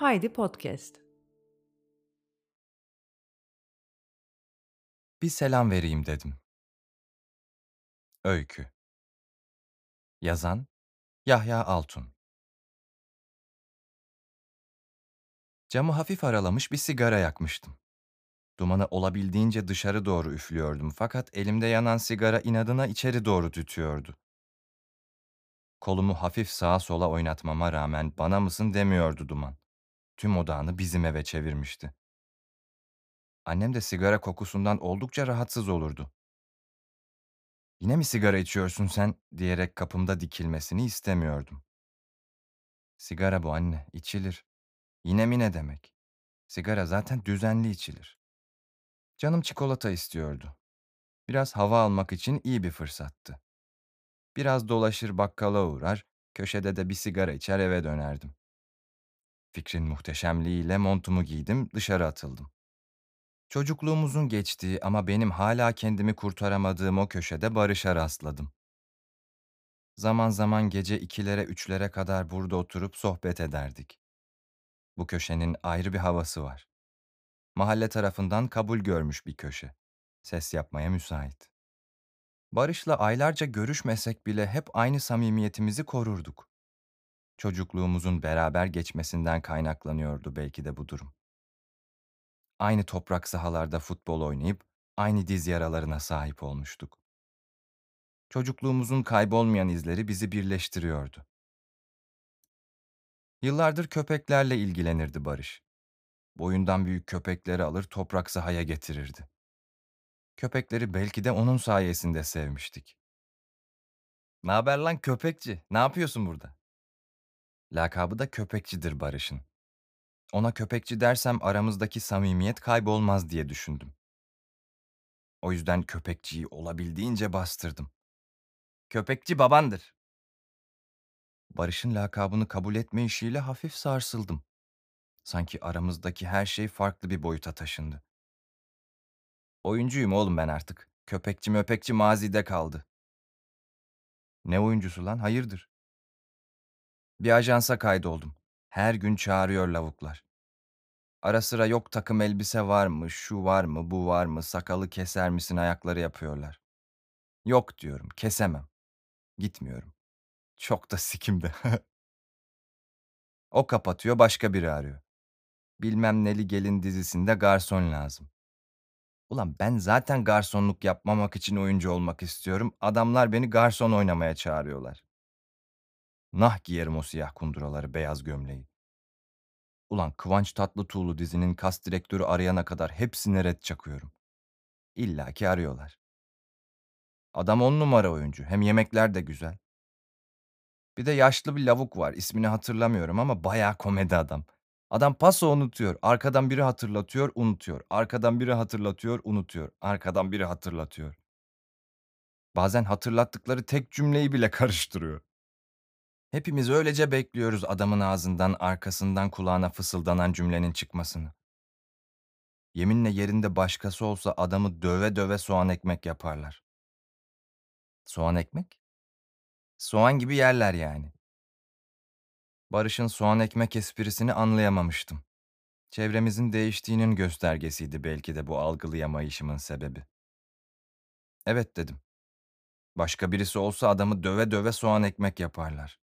Haydi Podcast. Bir selam vereyim dedim. Öykü. Yazan Yahya Altun. Camı hafif aralamış bir sigara yakmıştım. Dumanı olabildiğince dışarı doğru üflüyordum fakat elimde yanan sigara inadına içeri doğru tütüyordu. Kolumu hafif sağa sola oynatmama rağmen bana mısın demiyordu duman. Tüm odağını bizim eve çevirmişti. Annem de sigara kokusundan oldukça rahatsız olurdu. "Yine mi sigara içiyorsun sen?" diyerek kapımda dikilmesini istemiyordum. "Sigara bu anne, içilir. Yine mi ne demek? Sigara zaten düzenli içilir." Canım çikolata istiyordu. Biraz hava almak için iyi bir fırsattı. Biraz dolaşır bakkala uğrar, köşede de bir sigara içer eve dönerdim. Fikrin muhteşemliğiyle montumu giydim, dışarı atıldım. Çocukluğumuzun geçtiği ama benim hala kendimi kurtaramadığım o köşede Barış'a rastladım. Zaman zaman gece 2'lere 3'lere kadar burada oturup sohbet ederdik. Bu köşenin ayrı bir havası var. Mahalle tarafından kabul görmüş bir köşe. Ses yapmaya müsait. Barış'la aylarca görüşmesek bile hep aynı samimiyetimizi korurduk. Çocukluğumuzun beraber geçmesinden kaynaklanıyordu belki de bu durum. Aynı toprak sahalarda futbol oynayıp aynı diz yaralarına sahip olmuştuk. Çocukluğumuzun kaybolmayan izleri bizi birleştiriyordu. Yıllardır köpeklerle ilgilenirdi Barış. Boyundan büyük köpekleri alır toprak sahaya getirirdi. Köpekleri belki de onun sayesinde sevmiştik. "Naber lan köpekçi? Ne yapıyorsun burada?" Lakabı da köpekçidir Barış'ın. Ona köpekçi dersem aramızdaki samimiyet kaybolmaz diye düşündüm. O yüzden köpekçiyi olabildiğince bastırdım. "Köpekçi babandır." Barış'ın lakabını kabul etme işiyle hafif sarsıldım. Sanki aramızdaki her şey farklı bir boyuta taşındı. "Oyuncuyum oğlum ben artık. Köpekçi möpekçi mazide kaldı." "Ne oyuncusu lan? Hayırdır?" "Bir ajansa kaydoldum. Her gün çağırıyor lavuklar. Ara sıra yok takım elbise var mı, şu var mı, bu var mı, sakalı keser misin ayakları yapıyorlar. Yok diyorum, kesemem. Gitmiyorum. Çok da sikimde." O kapatıyor, başka biri arıyor. Bilmem neli gelin dizisinde garson lazım. Ulan ben zaten garsonluk yapmamak için oyuncu olmak istiyorum. Adamlar beni garson oynamaya çağırıyorlar. Nah giyerim o siyah kunduraları, beyaz gömleği. Ulan Kıvanç Tatlıtuğlu dizinin kas direktörü arayana kadar hepsine ret çakıyorum. İlla ki arıyorlar. Adam 10 numara oyuncu. Hem yemekler de güzel. Bir de yaşlı bir lavuk var. İsmini hatırlamıyorum ama bayağı komedi adam. Adam paso unutuyor. Arkadan biri hatırlatıyor, unutuyor. Arkadan biri hatırlatıyor, unutuyor. Arkadan biri hatırlatıyor. Bazen hatırlattıkları tek cümleyi bile karıştırıyor. Hepimiz öylece bekliyoruz adamın ağzından, arkasından kulağına fısıldanan cümlenin çıkmasını. Yeminle yerinde başkası olsa adamı döve döve soğan ekmek yaparlar. Soğan ekmek? Soğan gibi yerler yani. Barış'ın soğan ekmek esprisini anlayamamıştım. Çevremizin değiştiğinin göstergesiydi belki de bu algılayamayışımın sebebi. Evet dedim. Başka birisi olsa adamı döve döve soğan ekmek yaparlar.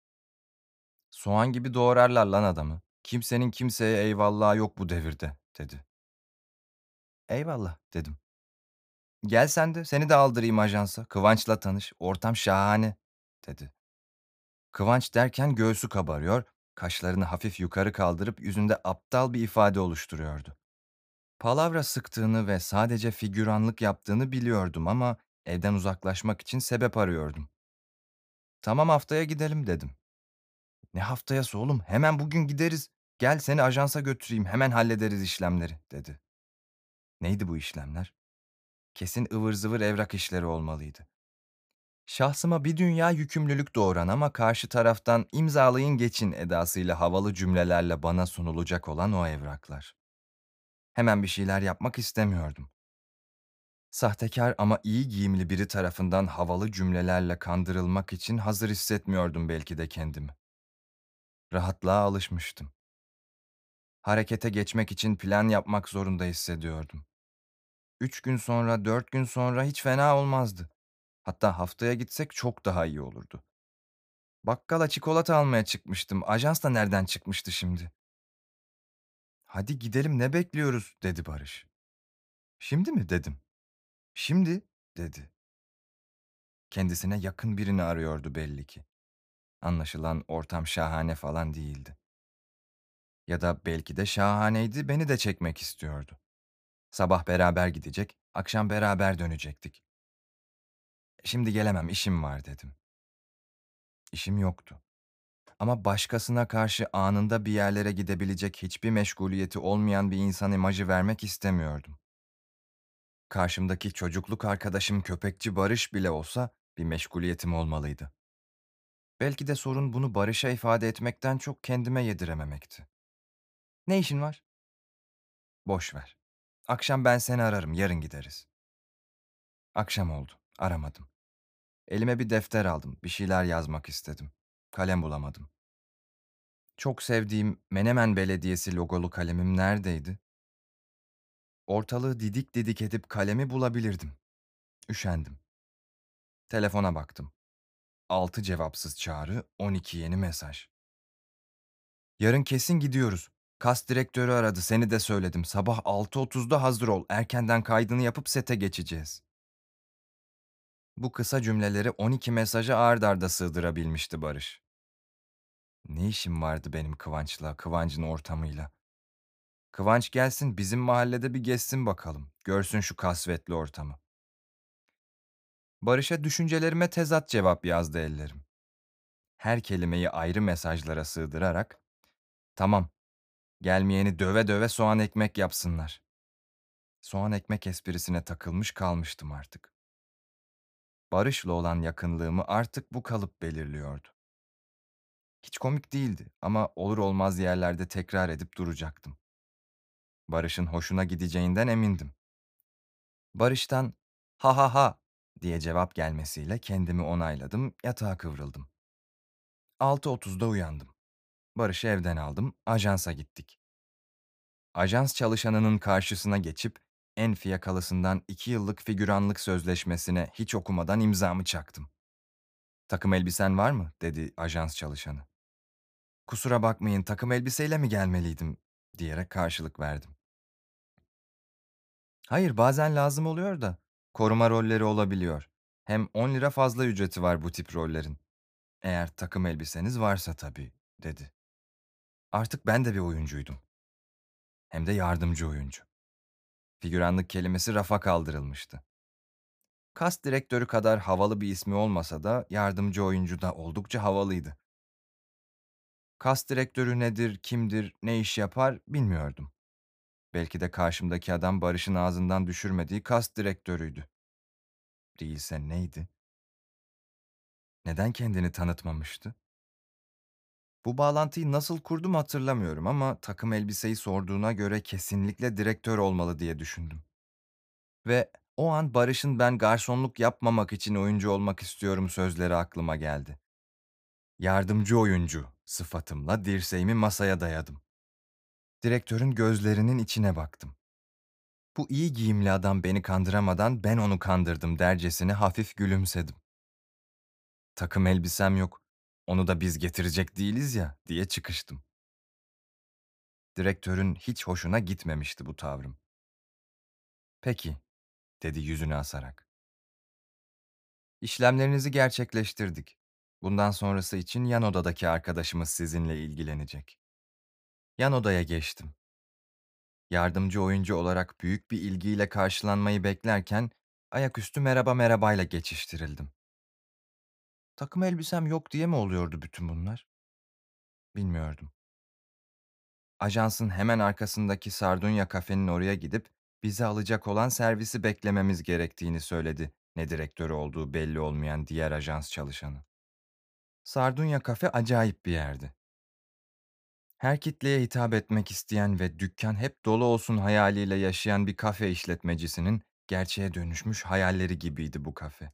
Soğan gibi doğrarlar lan adamı. Kimsenin kimseye eyvallahı yok bu devirde, dedi. Eyvallah, dedim. Gel sen de seni de aldırayım ajansa. Kıvanç'la tanış. Ortam şahane, dedi. Kıvanç derken göğsü kabarıyor, kaşlarını hafif yukarı kaldırıp yüzünde aptal bir ifade oluşturuyordu. Palavra sıktığını ve sadece figüranlık yaptığını biliyordum ama evden uzaklaşmak için sebep arıyordum. "Tamam haftaya gidelim," dedim. "Ne haftayası oğlum? Hemen bugün gideriz. Gel seni ajansa götüreyim, hemen hallederiz işlemleri," dedi. Neydi bu işlemler? Kesin ıvır zıvır evrak işleri olmalıydı. Şahsıma bir dünya yükümlülük doğuran ama karşı taraftan imzalayın geçin edasıyla havalı cümlelerle bana sunulacak olan o evraklar. Hemen bir şeyler yapmak istemiyordum. Sahtekar ama iyi giyimli biri tarafından havalı cümlelerle kandırılmak için hazır hissetmiyordum belki de kendimi. Rahatlığa alışmıştım. Harekete geçmek için plan yapmak zorunda hissediyordum. 3 gün sonra, 4 gün sonra hiç fena olmazdı. Hatta haftaya gitsek çok daha iyi olurdu. Bakkala çikolata almaya çıkmıştım. Ajans da nereden çıkmıştı şimdi? "Hadi gidelim, ne bekliyoruz?" dedi Barış. "Şimdi mi?" dedim. "Şimdi." dedi. Kendisine yakın birini arıyordu belli ki. Anlaşılan ortam şahane falan değildi. Ya da belki de şahaneydi, beni de çekmek istiyordu. Sabah beraber gidecek, akşam beraber dönecektik. "Şimdi gelemem, işim var." dedim. İşim yoktu. Ama başkasına karşı anında bir yerlere gidebilecek hiçbir meşguliyeti olmayan bir insan imajı vermek istemiyordum. Karşımdaki çocukluk arkadaşım köpekçi Barış bile olsa bir meşguliyetim olmalıydı. Belki de sorun bunu Barış'a ifade etmekten çok kendime yedirememekti. "Ne işin var?" "Boş ver. Akşam ben seni ararım, yarın gideriz." Akşam oldu, aramadım. Elime bir defter aldım, bir şeyler yazmak istedim. Kalem bulamadım. Çok sevdiğim Menemen Belediyesi logolu kalemim neredeydi? Ortalığı didik didik edip kalemi bulabilirdim. Üşendim. Telefona baktım. 6 cevapsız çağrı, 12 yeni mesaj. "Yarın kesin gidiyoruz. Kas direktörü aradı, seni de söyledim. Sabah 6:30'da hazır ol. Erkenden kaydını yapıp sete geçeceğiz." Bu kısa cümleleri 12 mesaja ard arda sığdırabilmişti Barış. Ne işim vardı benim Kıvanç'la, Kıvanç'ın ortamıyla? Kıvanç gelsin, bizim mahallede bir gezsin bakalım. Görsün şu kasvetli ortamı. Barış'a düşüncelerime tezat cevap yazdı ellerim. Her kelimeyi ayrı mesajlara sığdırarak, "Tamam, gelmeyeni döve döve soğan ekmek yapsınlar." Soğan ekmek esprisine takılmış kalmıştım artık. Barış'la olan yakınlığımı artık bu kalıp belirliyordu. Hiç komik değildi ama olur olmaz yerlerde tekrar edip duracaktım. Barış'ın hoşuna gideceğinden emindim. Barış'tan "ha ha ha" diye cevap gelmesiyle kendimi onayladım, yatağa kıvrıldım. 6:30'da uyandım. Barış'ı evden aldım, ajansa gittik. Ajans çalışanının karşısına geçip en fiyakalısından 2 yıllık figüranlık sözleşmesine hiç okumadan imzamı çaktım. "Takım elbisen var mı?" dedi ajans çalışanı. "Kusura bakmayın, takım elbiseyle mi gelmeliydim?" diyerek karşılık verdim. "Hayır, bazen lazım oluyor da. Koruma rolleri olabiliyor. Hem 10 lira fazla ücreti var bu tip rollerin. Eğer takım elbiseniz varsa tabii." dedi. Artık ben de bir oyuncuydum. Hem de yardımcı oyuncu. Figüranlık kelimesi rafa kaldırılmıştı. Kas direktörü kadar havalı bir ismi olmasa da yardımcı oyuncu da oldukça havalıydı. Kas direktörü nedir, kimdir, ne iş yapar bilmiyordum. Belki de karşımdaki adam Barış'ın ağzından düşürmediği kas direktörüydü. Değilse neydi? Neden kendini tanıtmamıştı? Bu bağlantıyı nasıl kurdum hatırlamıyorum ama takım elbiseyi sorduğuna göre kesinlikle direktör olmalı diye düşündüm. Ve o an Barış'ın "ben garsonluk yapmamak için oyuncu olmak istiyorum" sözleri aklıma geldi. Yardımcı oyuncu sıfatımla dirseğimi masaya dayadım. Direktörün gözlerinin içine baktım. Bu iyi giyimli adam beni kandıramadan ben onu kandırdım dercesine hafif gülümsedim. "Takım elbisem yok. Onu da biz getirecek değiliz ya." diye çıkıştım. Direktörün hiç hoşuna gitmemişti bu tavrım. "Peki." dedi yüzünü asarak. "İşlemlerinizi gerçekleştirdik. Bundan sonrası için yan odadaki arkadaşımız sizinle ilgilenecek." Yan odaya geçtim. Yardımcı oyuncu olarak büyük bir ilgiyle karşılanmayı beklerken ayaküstü merhaba merhabayla geçiştirildim. Takım elbisem yok diye mi oluyordu bütün bunlar? Bilmiyordum. Ajansın hemen arkasındaki Sardunya kafenin oraya gidip bizi alacak olan servisi beklememiz gerektiğini söyledi. Ne direktörü olduğu belli olmayan diğer ajans çalışanı. Sardunya kafe acayip bir yerdi. Her kitleye hitap etmek isteyen ve dükkan hep dolu olsun hayaliyle yaşayan bir kafe işletmecisinin gerçeğe dönüşmüş hayalleri gibiydi bu kafe.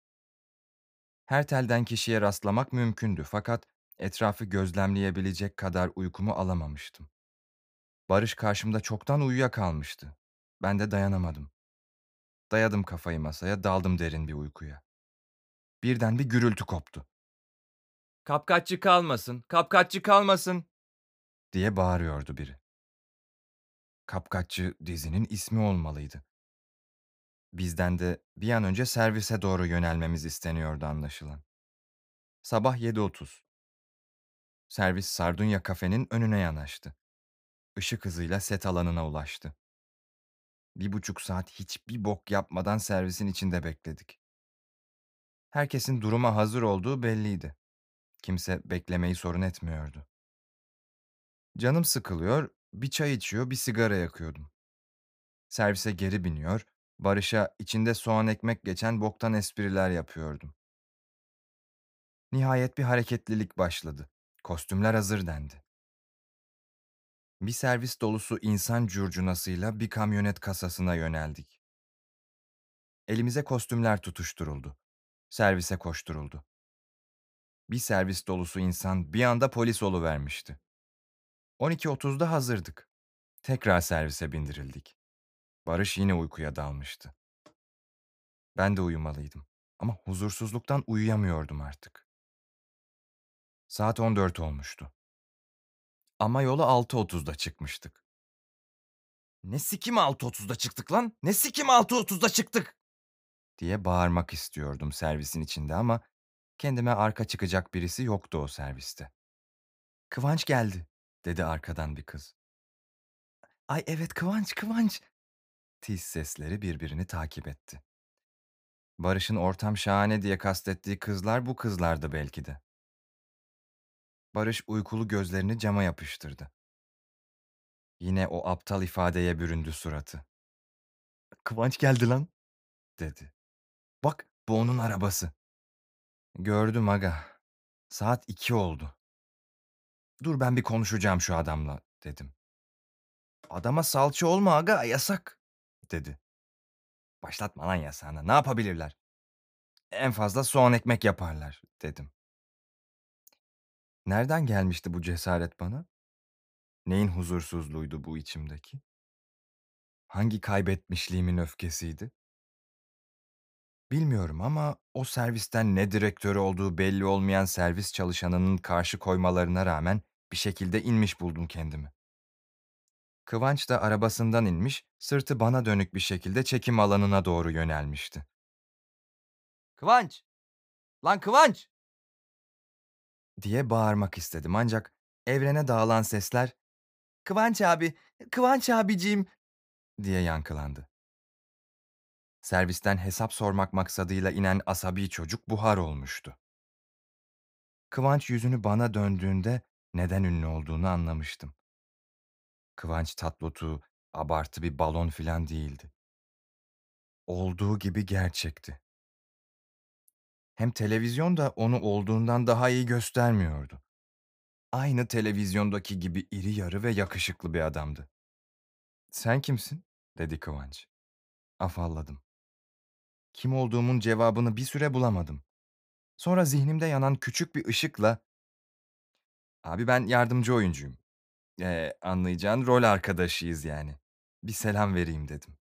Her telden kişiye rastlamak mümkündü fakat etrafı gözlemleyebilecek kadar uykumu alamamıştım. Barış karşımda çoktan uyuyakalmıştı. Ben de dayanamadım. Dayadım kafayı masaya, daldım derin bir uykuya. Birden bir gürültü koptu. "Kapkaççı kalmasın, kapkaççı kalmasın!" diye bağırıyordu biri. Kapkaççı dizinin ismi olmalıydı. Bizden de bir an önce servise doğru yönelmemiz isteniyordu anlaşılan. Sabah 7:30. Servis Sardunya kafenin önüne yanaştı. Işık hızıyla set alanına ulaştı. 1,5 saat hiçbir bok yapmadan servisin içinde bekledik. Herkesin duruma hazır olduğu belliydi. Kimse beklemeyi sorun etmiyordu. Canım sıkılıyor, bir çay içiyor, bir sigara yakıyordum. Servise geri biniyor, Barış'a içinde soğan ekmek geçen boktan espriler yapıyordum. Nihayet bir hareketlilik başladı. Kostümler hazır dendi. Bir servis dolusu insan curcunasıyla bir kamyonet kasasına yöneldik. Elimize kostümler tutuşturuldu. Servise koşturuldu. Bir servis dolusu insan bir anda polis oluvermişti. 12:30'da hazırdık. Tekrar servise bindirildik. Barış yine uykuya dalmıştı. Ben de uyumalıydım. Ama huzursuzluktan uyuyamıyordum artık. Saat 14 olmuştu. Ama yola 6:30'da çıkmıştık. "Ne sikim 6:30'da çıktık lan? Ne sikim 6:30'da çıktık?" diye bağırmak istiyordum servisin içinde ama kendime arka çıkacak birisi yoktu o serviste. "Kıvanç geldi," dedi arkadan bir kız. "Ay evet Kıvanç, Kıvanç." Tiz sesleri birbirini takip etti. Barış'ın ortam şahane diye kastettiği kızlar bu kızlardı belki de. Barış uykulu gözlerini cama yapıştırdı. Yine o aptal ifadeye büründü suratı. "Kıvanç geldi lan," dedi. "Bak, bu onun arabası." "Gördüm aga. Saat 2 oldu." "Dur ben bir konuşacağım şu adamla," dedim. "Adama salça olma aga, yasak," dedi. "Başlatma lan yasağını, ne yapabilirler?" "En fazla soğan ekmek yaparlar," dedim. Nereden gelmişti bu cesaret bana? Neyin huzursuzluğuydu bu içimdeki? Hangi kaybetmişliğimin öfkesiydi? Bilmiyorum ama o servisten ne direktörü olduğu belli olmayan servis çalışanının karşı koymalarına rağmen bir şekilde inmiş buldum kendimi. Kıvanç da arabasından inmiş, sırtı bana dönük bir şekilde çekim alanına doğru yönelmişti. "Kıvanç! Lan Kıvanç!" diye bağırmak istedim ancak evrene dağılan sesler "Kıvanç abi, Kıvanç abiciğim" diye yankılandı. Servisten hesap sormak maksadıyla inen asabi çocuk buhar olmuştu. Kıvanç yüzünü bana döndüğünde neden ünlü olduğunu anlamıştım. Kıvanç Tatlıtuğ abartı bir balon filan değildi. Olduğu gibi gerçekti. Hem televizyon da onu olduğundan daha iyi göstermiyordu. Aynı televizyondaki gibi iri yarı ve yakışıklı bir adamdı. "Sen kimsin?" dedi Kıvanç. Afalladım. Kim olduğumun cevabını bir süre bulamadım. Sonra zihnimde yanan küçük bir ışıkla "Abi ben yardımcı oyuncuyum. Anlayacağın rol arkadaşıyız yani. Bir selam vereyim." dedim.